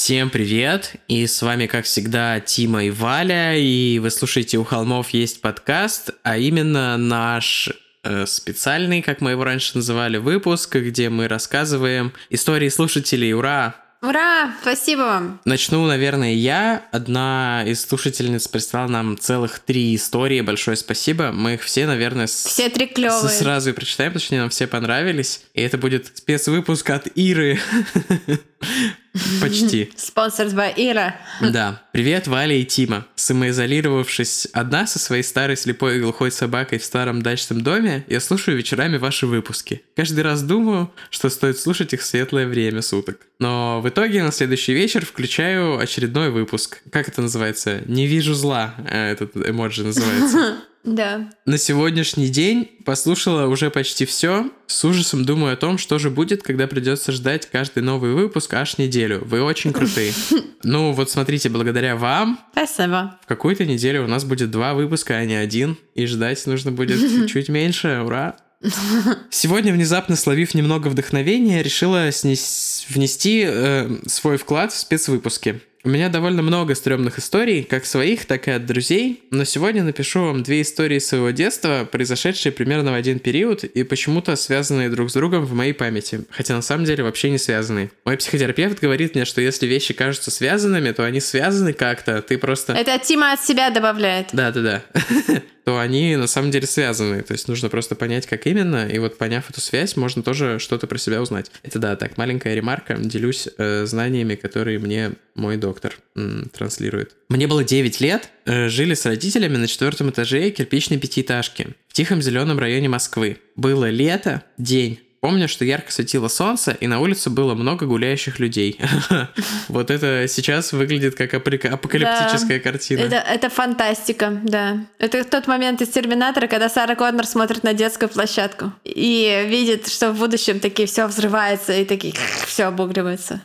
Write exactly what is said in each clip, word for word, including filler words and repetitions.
Всем привет, и с вами, как всегда, Тима и Валя, и вы слушаете «У холмов есть подкаст», а именно наш э, специальный, как мы его раньше называли, выпуск, где мы рассказываем истории слушателей. Ура! Ура! Спасибо вам! Начну, наверное, я. Одна из слушательниц прислала нам целых три истории. Большое спасибо. Мы их все, наверное, с... Все три клевые. с- сразу и прочитаем, потому что они нам все понравились. И это будет спецвыпуск от Иры. Почти. Sponsored by Ира. Да. Привет, Валя и Тима. Самоизолировавшись одна со своей старой слепой и глухой собакой в старом дачном доме, я слушаю вечерами ваши выпуски. Каждый раз думаю, что стоит слушать их в светлое время суток. Но в итоге на следующий вечер включаю очередной выпуск. Как это называется? «Не вижу зла» этот эмоджи называется. Да. На сегодняшний день послушала уже почти все. С ужасом думаю о том, что же будет, когда придется ждать каждый новый выпуск аж неделю. Вы очень крутые. Ну вот смотрите, благодаря вам Спасибо. в какую-то неделю у нас будет два выпуска, а не один. И ждать нужно будет чуть меньше. Ура! Сегодня, внезапно словив немного вдохновения, решила снес... внести э, свой вклад в спецвыпуски. У меня довольно много стрёмных историй, как своих, так и от друзей, но сегодня напишу вам две истории своего детства, произошедшие примерно в один период и почему-то связанные друг с другом в моей памяти, хотя на самом деле вообще не связанные. Мой психотерапевт говорит мне, что если вещи кажутся связанными, то они связаны как-то, ты просто... Это Тима от себя добавляет. Да-да-да. То они на самом деле связаны. То есть нужно просто понять, как именно, и вот поняв эту связь, можно тоже что-то про себя узнать. Это да, так, маленькая ремарка. Делюсь э, знаниями, которые мне мой доктор м, транслирует. Мне было девять лет, э, жили с родителями на четвертом этаже кирпичной пятиэтажки в тихом зеленом районе Москвы. Было лето, день. Помню, что ярко светило солнце, и на улице было много гуляющих людей. Вот это сейчас выглядит как апокалиптическая картина. Это, это фантастика, да. Это тот момент из «Терминатора», когда Сара Коннор смотрит на детскую площадку и видит, что в будущем такие все взрывается и такие все обугливается.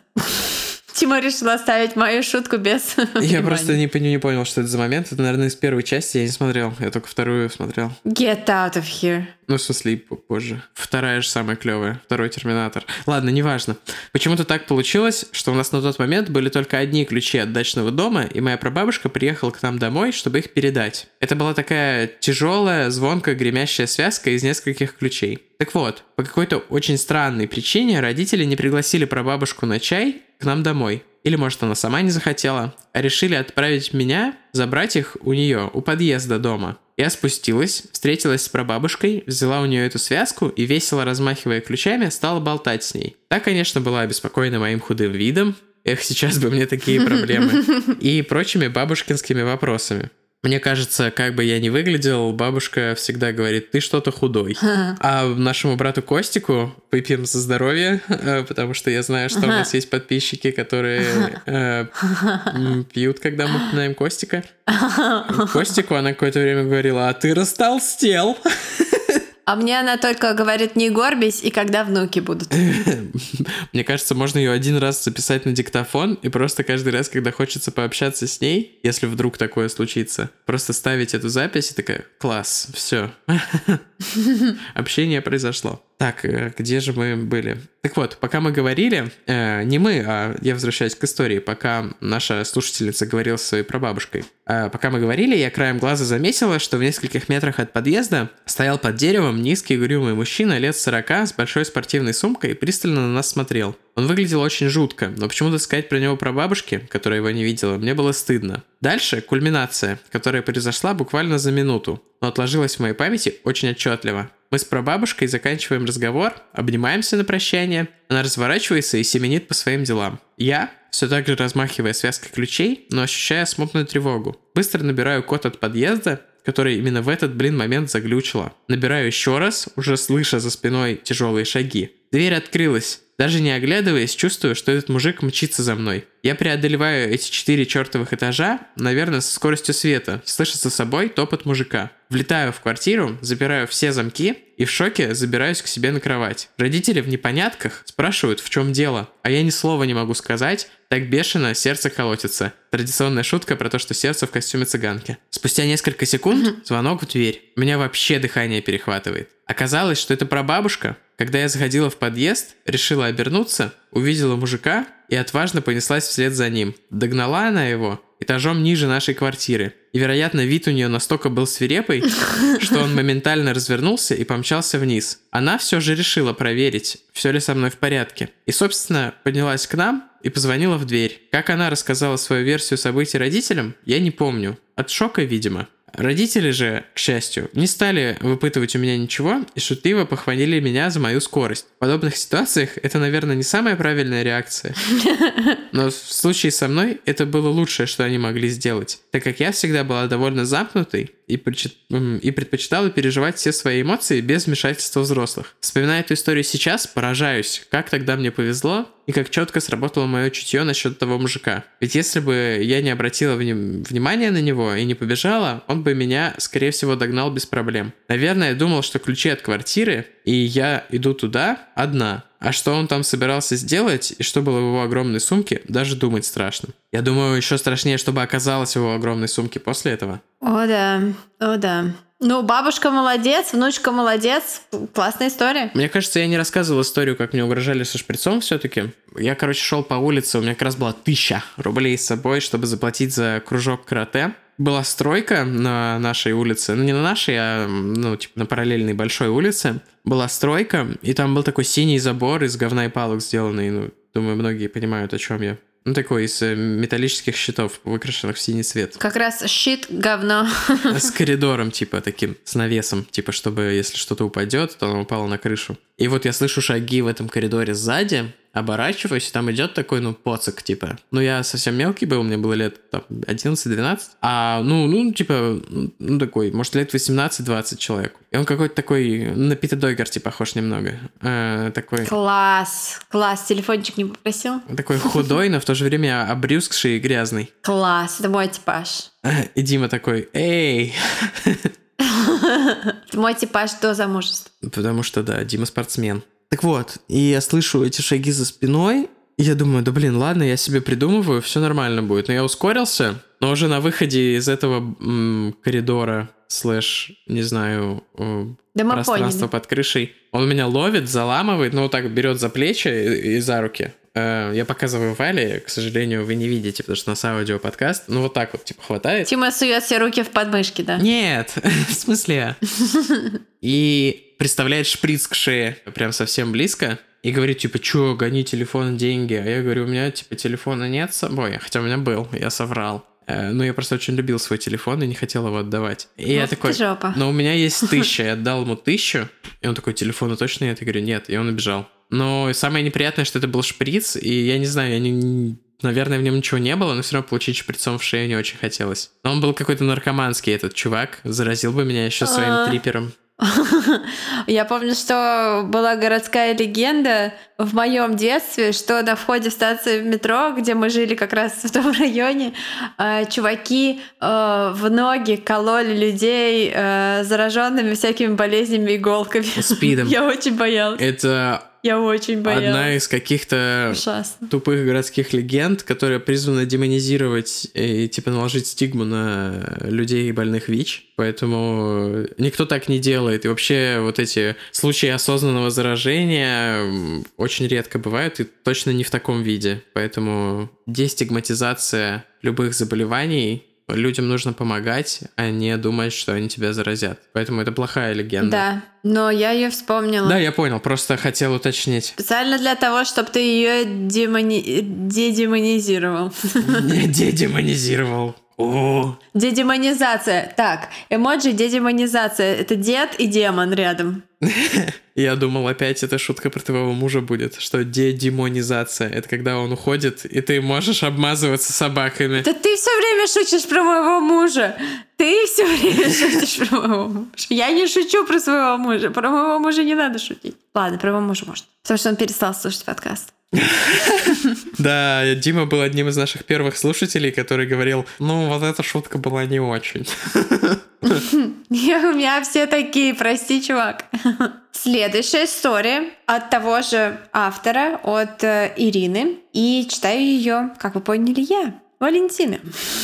Тима решила оставить мою шутку без Я внимания. просто не, пон- не понял, что это за момент. Это, наверное, из первой части я не смотрел. Я только вторую смотрел. Get out of here. Ну, в смысле, и позже. Вторая же самая клевая. Второй Терминатор. Ладно, неважно. Почему-то так получилось, что у нас на тот момент были только одни ключи от дачного дома, и моя прабабушка приехала к нам домой, чтобы их передать. Это была такая тяжелая, звонкая, гремящая связка из нескольких ключей. Так вот, по какой-то очень странной причине родители не пригласили прабабушку на чай к нам домой. Или, может, она сама не захотела, а решили отправить меня забрать их у нее, у подъезда дома. Я спустилась, встретилась с прабабушкой, взяла у нее эту связку и, весело размахивая ключами, стала болтать с ней. Та, конечно, была обеспокоена моим худым видом, эх, сейчас бы мне такие проблемы, и прочими бабушкинскими вопросами. Мне кажется, как бы я ни выглядел, бабушка всегда говорит: ты что-то худой. А нашему брату Костику выпьем за здоровье, э, потому что я знаю, что у нас есть подписчики, которые э, м, пьют, когда мы упоминаем Костика. Костику она какое-то время говорила: а ты растолстел. А мне она только говорит: не горбись, и когда внуки будут. Мне кажется, можно ее один раз записать на диктофон и просто каждый раз, когда хочется пообщаться с ней, если вдруг такое случится, просто ставить эту запись и такая: класс, все. Общение произошло. Так, э, где же мы были? Так вот, пока мы говорили, э, не мы, а я возвращаюсь к истории, пока наша слушательница говорила со своей прабабушкой. Э, пока мы говорили, я краем глаза заметила, что в нескольких метрах от подъезда стоял под деревом низкий угрюмый мужчина лет сорока с большой спортивной сумкой и пристально на нас смотрел. Он выглядел очень жутко, но почему-то сказать про него прабабушке, которая его не видела, мне было стыдно. Дальше кульминация, которая произошла буквально за минуту, но отложилась в моей памяти очень отчетливо. Мы с прабабушкой заканчиваем разговор, обнимаемся на прощание, она разворачивается и семенит по своим делам. Я, все так же размахивая связкой ключей, но ощущая смутную тревогу, быстро набираю код от подъезда, который именно в этот, блин, момент заглючило. Набираю еще раз, уже слыша за спиной тяжелые шаги. Дверь открылась. Даже не оглядываясь, чувствую, что этот мужик мчится за мной. Я преодолеваю эти четыре чертовых этажа, наверное, со скоростью света, слыша за собой топот мужика. Влетаю в квартиру, запираю все замки и в шоке забираюсь к себе на кровать. Родители в непонятках спрашивают, в чем дело, а я ни слова не могу сказать, так бешено сердце колотится. Традиционная шутка про то, что сердце в костюме цыганки. Спустя несколько секунд звонок в дверь. У меня вообще дыхание перехватывает. Оказалось, что это прабабушка. Когда я заходила в подъезд, решила обернуться, увидела мужика и отважно понеслась вслед за ним. Догнала она его этажом ниже нашей квартиры. И, вероятно, вид у нее настолько был свирепый, что он моментально развернулся и помчался вниз. Она все же решила проверить, все ли со мной в порядке. И, собственно, поднялась к нам и позвонила в дверь. Как она рассказала свою версию событий родителям, я не помню. От шока, видимо. Родители же, к счастью, не стали выпытывать у меня ничего и шутливо похвалили меня за мою скорость. В подобных ситуациях это, наверное, не самая правильная реакция. Но в случае со мной это было лучшее, что они могли сделать, так как я всегда была довольно замкнутой и, предпоч- и предпочитала переживать все свои эмоции без вмешательства взрослых. Вспоминая эту историю сейчас, поражаюсь, как тогда мне повезло и как четко сработало мое чутье насчет того мужика. Ведь если бы я не обратила вни- внимания на него и не побежала, он бы меня, скорее всего, догнал без проблем. Наверное, я думал, что ключи от квартиры, и я иду туда одна. А что он там собирался сделать, и что было в его огромной сумке, даже думать страшно. Я думаю, еще страшнее, чтобы оказалось в его огромной сумке после этого. О да, о да. Ну, бабушка молодец, внучка молодец. Классная история. Мне кажется, я не рассказывал историю, как мне угрожали со шприцом все-таки. Я, короче, шел по улице, у меня как раз была тысяча рублей с собой, чтобы заплатить за кружок карате. Была стройка на нашей улице, ну не на нашей, а ну типа на параллельной большой улице. Была стройка, и там был такой синий забор из говна и палок сделанный, ну, думаю, многие понимают, о чем я. Ну, такой из металлических щитов, выкрашенных в синий цвет. Как раз щит говно. С коридором, типа, таким, с навесом, типа, чтобы, если что-то упадет, то оно упало на крышу. И вот я слышу шаги в этом коридоре сзади, оборачиваюсь, и там идет такой, ну, поцик, типа. Ну, я совсем мелкий был, мне было лет, там, одиннадцать-двенадцать. А, ну, ну, типа, ну, такой, может, лет восемнадцать-двадцать человеку. И он какой-то такой, на Пита Дойгерти похож немного. Э, такой... Класс, класс. Телефончик не попросил? Такой худой, но в то же время обрюзгший и грязный. Класс, это мой типаж. И Дима такой, эй! Это мой типаж до замужества. Потому что, да, Дима спортсмен. Так вот, и я слышу эти шаги за спиной, и я думаю, да блин, ладно, я себе придумываю, все нормально будет. Но я ускорился, но уже на выходе из этого м- коридора, слэш, не знаю, да пространства под крышей, он меня ловит, заламывает, ну вот так берет за плечи и, и за руки. Я показываю Вале, к сожалению, вы не видите, потому что у нас аудиоподкаст. Ну, вот так вот, типа, хватает. Тима сует все руки в подмышки, да? Нет, в смысле? И представляет шприц к шее прям совсем близко. И говорит, типа, чё, гони телефон, деньги. А я говорю, у меня, типа, телефона нет с собой. Хотя у меня был, я соврал. Ну, я просто очень любил свой телефон и не хотел его отдавать. И ну, я такой, жопа. Но у меня есть тысяча. Я отдал ему тысячу. И он такой, телефона точно нет? Я говорю, нет. И он убежал. Но самое неприятное, что это был шприц, и я не знаю, я не, наверное, в нем ничего не было, но все равно получить шприцом в шею не очень хотелось. Но он был какой-то наркоманский, этот чувак, заразил бы меня еще своим трипером. Я помню, что была городская легенда в моем детстве, что на входе в станции метро, где мы жили как раз в том районе, чуваки в ноги кололи людей зараженными всякими болезнями, иголками. Спидом. Я очень боялась. Это... Я очень боялась. Одна из каких-то Ужасно. Тупых городских легенд, которая призвана демонизировать и типа наложить стигму на людей больных ВИЧ. Поэтому никто так не делает. И вообще вот эти случаи осознанного заражения очень редко бывают и точно не в таком виде. Поэтому дестигматизация любых заболеваний. Людям нужно помогать, а не думать, что они тебя заразят. Поэтому это плохая легенда. Да, но я ее вспомнила. Да, я понял, просто хотел уточнить. Специально для того, чтобы ты ее демони... дедемонизировал. Не дедемонизировал. О. Дедемонизация. Так, эмоджи дедемонизация. Это дед и демон рядом. Я думал, опять эта шутка про твоего мужа будет, что дедемонизация — это когда он уходит, и ты можешь обмазываться собаками. Да ты все время шутишь про моего мужа. Ты все время шутишь про моего мужа. Я не шучу про своего мужа. Про моего мужа не надо шутить. Ладно, про моего мужа можно. Потому что он перестал слушать подкаст. Да, Дима был одним из наших первых слушателей, который говорил, ну, вот эта шутка была не очень. У меня все такие, прости, чувак. Следующая история от того же автора, от Ирины. И читаю ее, как вы поняли, я, Валентина.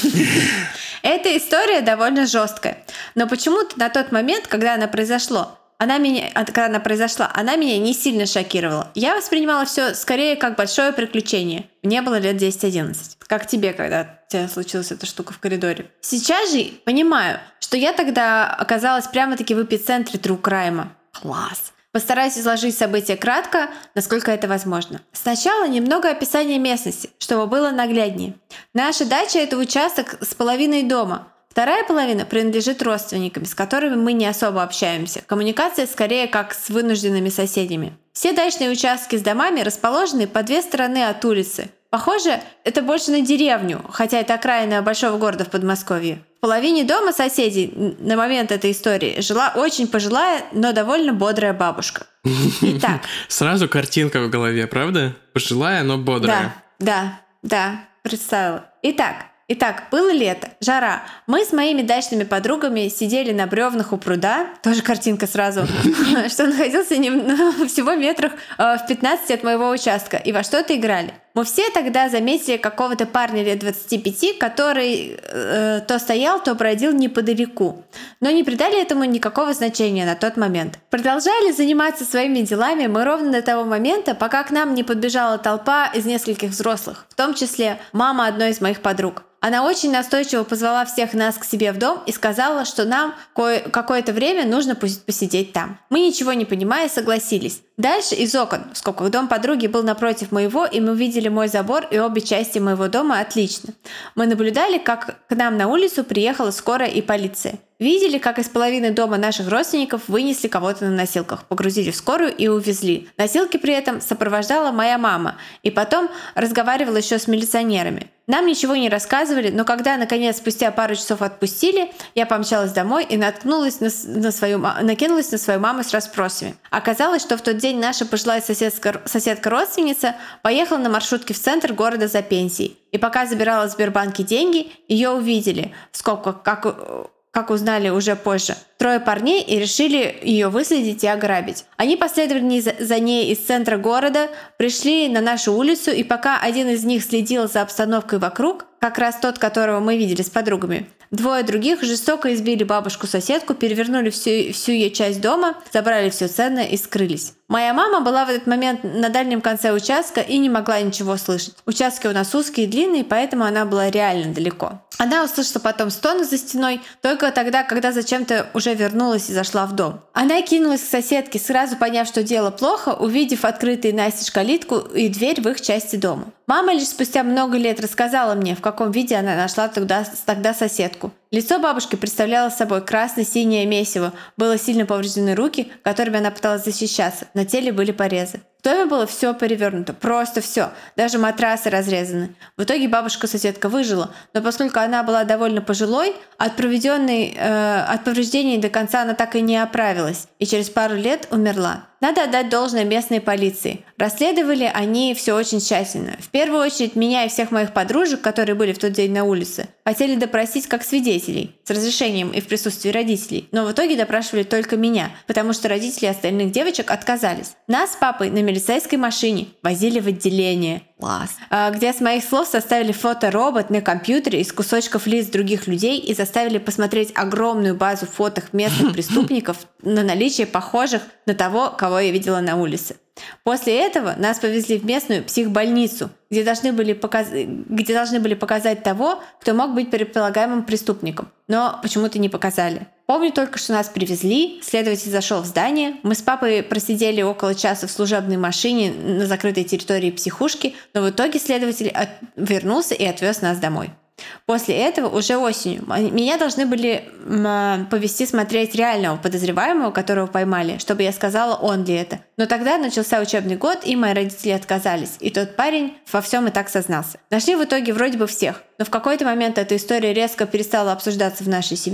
Эта история довольно жесткая. Но почему-то на тот момент, когда она произошла, она меня, когда она произошла, она меня не сильно шокировала. Я воспринимала все скорее как большое приключение. Мне было лет десять-одиннадцать. Как тебе, когда у тебя случилась эта штука в коридоре. Сейчас же понимаю, что я тогда оказалась прямо-таки в эпицентре true crime. Класс. Постараюсь изложить события кратко, насколько это возможно. Сначала немного описания местности, чтобы было нагляднее. Наша дача – это участок с половиной дома. Вторая половина принадлежит родственникам, с которыми мы не особо общаемся. Коммуникация скорее как с вынужденными соседями. Все дачные участки с домами расположены по две стороны от улицы. Похоже, это больше на деревню, хотя это окраина большого города в Подмосковье. В половине дома соседей на момент этой истории жила очень пожилая, но довольно бодрая бабушка. Итак. Сразу картинка в голове, правда? Пожилая, но бодрая. Да, да, да, представила. Итак. Итак, было лето, жара. Мы с моими дачными подругами сидели на бревнах у пруда. Тоже картинка сразу. Что находился всего метрах в пятнадцати от моего участка. И во что-то играли. Мы все тогда заметили какого-то парня лет двадцати пяти, который э, то стоял, то бродил неподалеку. Но не придали этому никакого значения на тот момент. Продолжали заниматься своими делами мы ровно до того момента, пока к нам не подбежала толпа из нескольких взрослых, в том числе мама одной из моих подруг. Она очень настойчиво позвала всех нас к себе в дом и сказала, что нам кое- какое-то время нужно посидеть там. Мы, ничего не понимая, согласились. Дальше из окон, сколько дом подруги был напротив моего, и мы видели мой забор и обе части моего дома отлично. Мы наблюдали, как к нам на улицу приехала скорая и полиция. Видели, как из половины дома наших родственников вынесли кого-то на носилках, погрузили в скорую и увезли. Носилки при этом сопровождала моя мама, и потом разговаривала еще с милиционерами. Нам ничего не рассказывали, но когда, наконец, спустя пару часов отпустили, я помчалась домой и наткнулась на, на свою, накинулась на свою маму с расспросами. Оказалось, что в тот день наша пожилая соседка-родственница поехала на маршрутке в центр города за пенсией. И пока забирала в Сбербанке деньги, ее увидели, в скобках, как... как узнали уже позже, трое парней и решили ее выследить и ограбить. Они последовали за ней из центра города, пришли на нашу улицу, и пока один из них следил за обстановкой вокруг, как раз тот, которого мы видели с подругами, двое других жестоко избили бабушку-соседку, перевернули всю, всю ее часть дома, забрали все ценное и скрылись. Моя мама была в этот момент на дальнем конце участка и не могла ничего слышать. Участки у нас узкие и длинные, поэтому она была реально далеко. Она услышала потом стоны за стеной только тогда, когда зачем-то уже вернулась и зашла в дом. Она кинулась к соседке, сразу поняв, что дело плохо, увидев открытую настежь калитку и дверь в их части дома. Мама лишь спустя много лет рассказала мне, в каком виде она нашла тогда, тогда соседку. Лицо бабушки представляло собой красно-синее месиво, было сильно повреждены руки, которыми она пыталась защищаться, на теле были порезы. В доме было все перевернуто, просто все, даже матрасы разрезаны. В итоге бабушка-соседка выжила, но поскольку она была довольно пожилой, от, проведенной, э, от повреждений до конца она так и не оправилась, и через пару лет умерла. Надо отдать должное местной полиции. Расследовали они все очень тщательно. В первую очередь меня и всех моих подружек, которые были в тот день на улице, хотели допросить как свидетелей, с разрешением и в присутствии родителей, но в итоге допрашивали только меня, потому что родители остальных девочек отказались. Нас с папой на милицейской машине возили в отделение. Класс. Где с моих слов составили фоторобот на компьютере из кусочков лиц других людей и заставили посмотреть огромную базу фоток местных преступников на наличие похожих на того, кого я видела на улице. После этого нас повезли в местную психбольницу, где должны были, показ... где должны были показать того, кто мог быть предполагаемым преступником, но почему-то не показали. Помню только, что нас привезли, следователь зашел в здание, мы с папой просидели около часа в служебной машине на закрытой территории психушки, но в итоге следователь от... вернулся и отвез нас домой. После этого уже осенью меня должны были м, повести смотреть реального подозреваемого, которого поймали, чтобы я сказала, он ли это. Но тогда начался учебный год, и мои родители отказались, и тот парень во всем и так сознался. Нашли в итоге вроде бы всех, но в какой-то момент эта история резко перестала обсуждаться в нашей семье.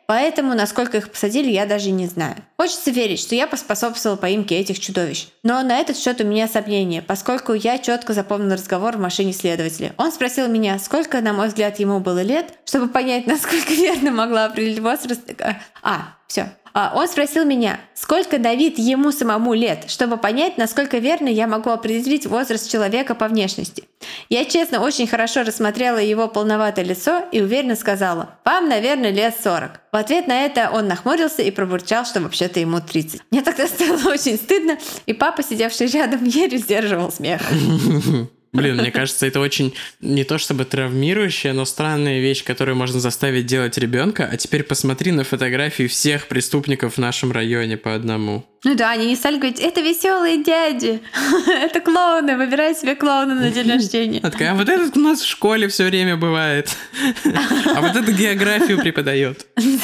поэтому, насколько их посадили, я даже не знаю. Хочется верить, что я поспособствовала поимке этих чудовищ. Но на этот счет у меня сомнения, поскольку я четко запомнила разговор в машине следователя. Он спросил меня, сколько, на мой взгляд, ему было лет, чтобы понять, насколько верно могла определить возраст. А, все. Он спросил меня, сколько Давид ему самому лет, чтобы понять, насколько верно я могу определить возраст человека по внешности. Я, честно, очень хорошо рассмотрела его полноватое лицо и уверенно сказала: «Вам, наверное, лет сорок». В ответ на это он нахмурился и пробурчал, что вообще-то ему тридцать. Мне тогда стало очень стыдно, и папа, сидевший рядом, еле сдерживал смех. Блин, мне кажется, это очень не то чтобы травмирующая, но странная вещь, которую можно заставить делать ребенка. А теперь посмотри на фотографии всех преступников в нашем районе по одному. Ну да, они не стали говорить: это веселые дяди, это клоуны, выбирай себе клоуна на день рождения. А вот этот у нас в школе все время бывает, а вот это географию преподает.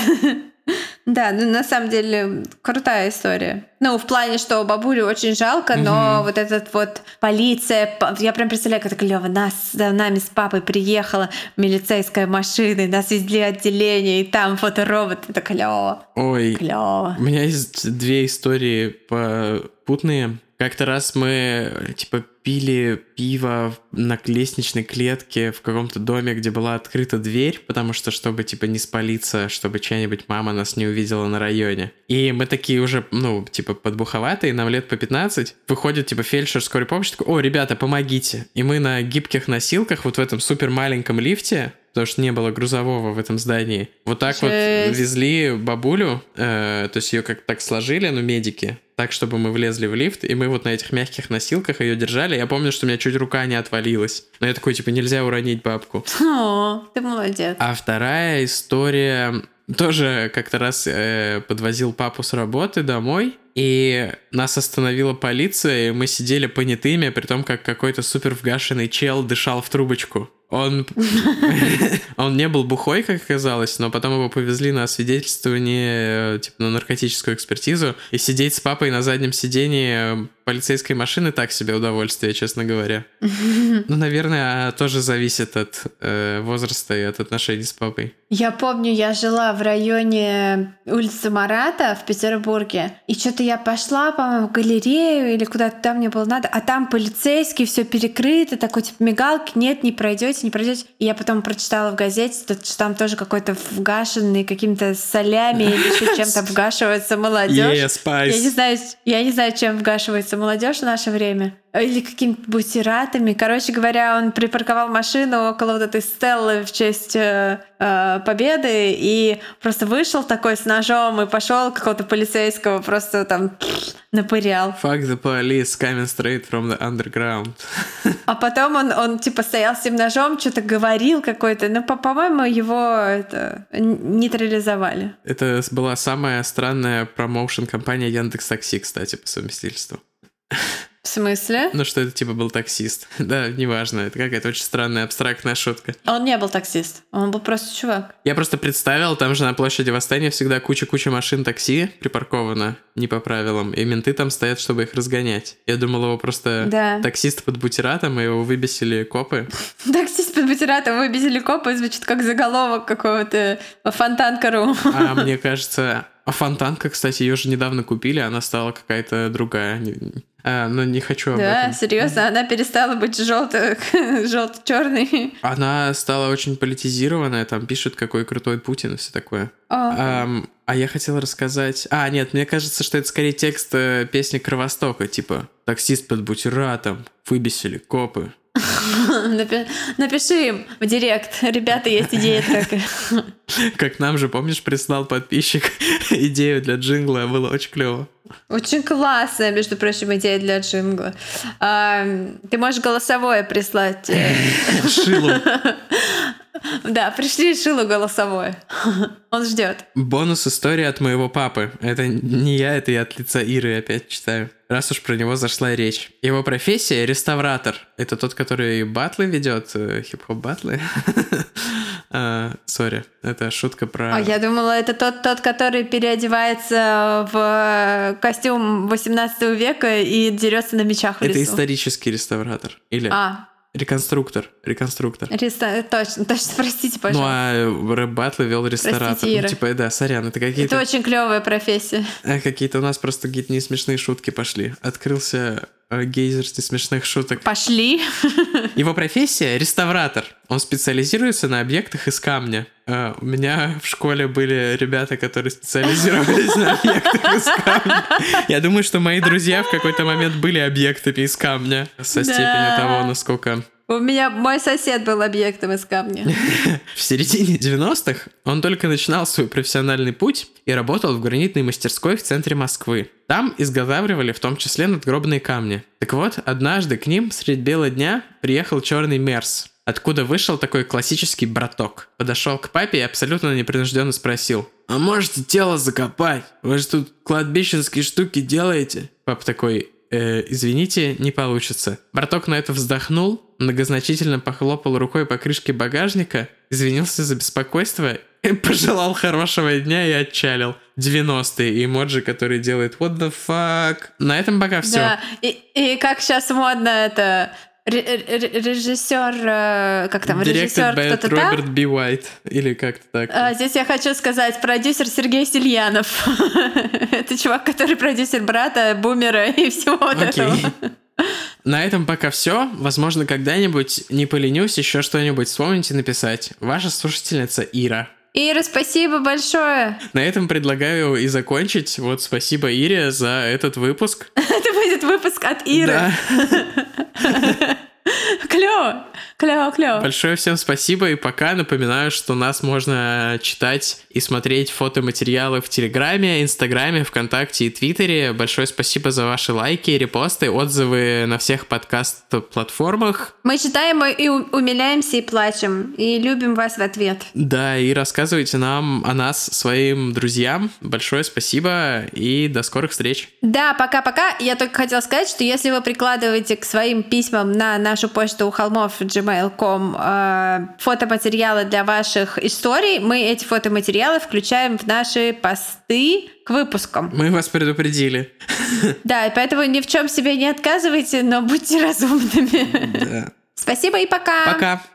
Да, ну на самом деле крутая история. Ну, в плане, что бабулю очень жалко, но mm-hmm. вот этот вот полиция, я прям представляю, как это клево. Нас, за нами с папой приехала милицейская машина, и нас везли отделение, и там фоторобот. Это клево. Ой, клево. У меня есть две истории попутные. Как-то раз мы, типа, пили пиво на лестничной клетке в каком-то доме, где была открыта дверь, потому что, чтобы, типа, не спалиться, чтобы чья-нибудь мама нас не увидела на районе. И мы такие уже, ну, типа, подбуховатые, нам лет по пятнадцать. Выходит, типа, фельдшер скорой помощи, такой: «О, ребята, помогите». И мы на гибких носилках вот в этом супер маленьком лифте, потому что не было грузового в этом здании, вот так Жесть. вот везли бабулю, э, то есть ее как так сложили, ну, медики, так, чтобы мы влезли в лифт, и мы вот на этих мягких носилках ее держали. Я помню, что у меня чуть рука не отвалилась. Но я такой, типа, нельзя уронить бабку. О, ты молодец. А вторая история... Тоже как-то раз э, подвозил папу с работы домой, и нас остановила полиция, и мы сидели понятыми, при том, как какой-то супер вгашенный чел дышал в трубочку. Он... Он не был бухой, как оказалось, но потом его повезли на освидетельствование, типа, на наркотическую экспертизу, и сидеть с папой на заднем сидении полицейской машины так себе удовольствие, честно говоря. Ну, наверное, тоже зависит от э, возраста и от отношений с папой. Я помню, я жила в районе улицы Марата в Петербурге, и что-то я пошла, по-моему, в галерею или куда-то там мне было надо, а там полицейский, все перекрыто, такой типа мигалки, нет, не пройдете, не пройдете. И я потом прочитала в газете, что там тоже какой-то вгашенный какими-то солями или еще чем-то вгашивается молодежь. Yeah, я не знаю, я не знаю, чем вгашивается молодежь в наше время. Или какими-то бутератами. Короче говоря, он припарковал машину около вот этой стеллы в честь э, э, победы и просто вышел такой с ножом и пошел какого-то полицейского просто там напырял. Fuck the police, coming straight from the underground. А потом он, он типа стоял с этим ножом, что-то говорил какой-то, но, по- по-моему, его это, нейтрализовали. Это была самая странная промоушен-компания Яндекс.Такси, кстати, по совместительству. В смысле? Ну, что это типа был таксист. Да, неважно, это какая-то очень странная абстрактная шутка. Он не был таксист, он был просто чувак. Я просто представил, там же на площади Восстания всегда куча-куча машин такси припарковано не по правилам, и менты там стоят, чтобы их разгонять. Я думал, его просто да. таксист под бутератом, и его выбесили копы. Таксист под бутератом выбесили копы, звучит как заголовок какого-то Фонтанка.ру. А мне кажется... А Фонтанка, кстати, ее же недавно купили, она стала какая-то другая. А, но не хочу об да, этом. Да, серьезно, она перестала быть желто- желто-черной. Она стала очень политизированная, там пишут, какой крутой Путин и все такое. А, а я хотел рассказать... А, нет, мне кажется, что это скорее текст э, песни Кровостока, типа «Таксист под бутератом, выбесили копы». Напи- напиши им в директ. Ребята, есть идея трека. Как нам же, помнишь, прислал подписчик идею для джингла, было очень клево. Очень классная, между прочим, идея для джингла. А, ты можешь голосовое прислать. Шилу. Да, пришли Шилу голосовое. Он ждет. Бонус истории от моего папы. Это не я, это я от лица Иры опять читаю. Раз уж про него зашла речь. Его профессия — реставратор. Это тот, который батлы ведет, хип-хоп батлы. Сори, это шутка про... А я думала, это тот, тот, который переодевается в костюм восемнадцатого века и дерется на мечах в лесу. Это исторический реставратор. Или... А, Реконструктор. Реконструктор. Реста... Точно, точно, простите, Ну, пожалуйста. а рэп-баттлы вел ресторатор. Простите, Ира. Ну, типа, да, сорян, это какие-то... Это очень клевая профессия. А, какие-то у нас просто какие-то несмешные шутки пошли. Открылся э, гейзер с несмешных шуток. Пошли. Его профессия — реставратор. Он специализируется на объектах из камня. Э, у меня в школе были ребята, которые специализировались на объектах из камня. Я думаю, что мои друзья в какой-то момент были объектами из камня. Со степенью того, насколько... У меня мой сосед был объектом из камня. В середине девяностых он только начинал свой профессиональный путь и работал в гранитной мастерской в центре Москвы. Там изготавливали в том числе надгробные камни. Так вот, однажды к ним средь бела дня приехал черный Мерс, откуда вышел такой классический браток. Подошел к папе и абсолютно непринужденно спросил: «А можете тело закопать? Вы же тут кладбищенские штуки делаете?» Папа такой: э, «Извините, не получится». Браток на это вздохнул, многозначительно похлопал рукой по крышке багажника, извинился за беспокойство и пожелал хорошего дня и отчалил. девяностые эмоджи, который делает what the fuck. На этом пока все. Да, и, и как сейчас модно это... Режиссер, э, как там, режиссер кто-то там? Роберт Би Уайт, или как-то так. А, здесь я хочу сказать, продюсер Сергей Сельянов. Это чувак, который продюсер «Брата», «Бумера» и всего вот этого. На этом пока все. Возможно, когда-нибудь, не поленюсь, еще что-нибудь вспомните написать. Ваша слушательница Ира. Ира, спасибо большое. На этом предлагаю и закончить. Вот спасибо Ире за этот выпуск. Это будет выпуск от Иры. Да. Клево, клево, клево. Большое всем спасибо, и пока напоминаю, что нас можно читать и смотреть фотоматериалы в Телеграме, Инстаграме, ВКонтакте и Твиттере. Большое спасибо за ваши лайки, репосты, отзывы на всех подкаст-платформах. Мы читаем и умиляемся, и плачем, и любим вас в ответ. Да, и рассказывайте нам о нас своим друзьям. Большое спасибо, и до скорых встреч. Да, пока-пока. Я только хотела сказать, что если вы прикладываете к своим письмам на нашу почту у холмов джимейл точка ком э, фотоматериалы для ваших историй, мы эти фотоматериалы включаем в наши посты к выпускам. Мы вас предупредили. Да, и поэтому ни в чем себе не отказывайте, но будьте разумными. Да. Спасибо и пока. Пока.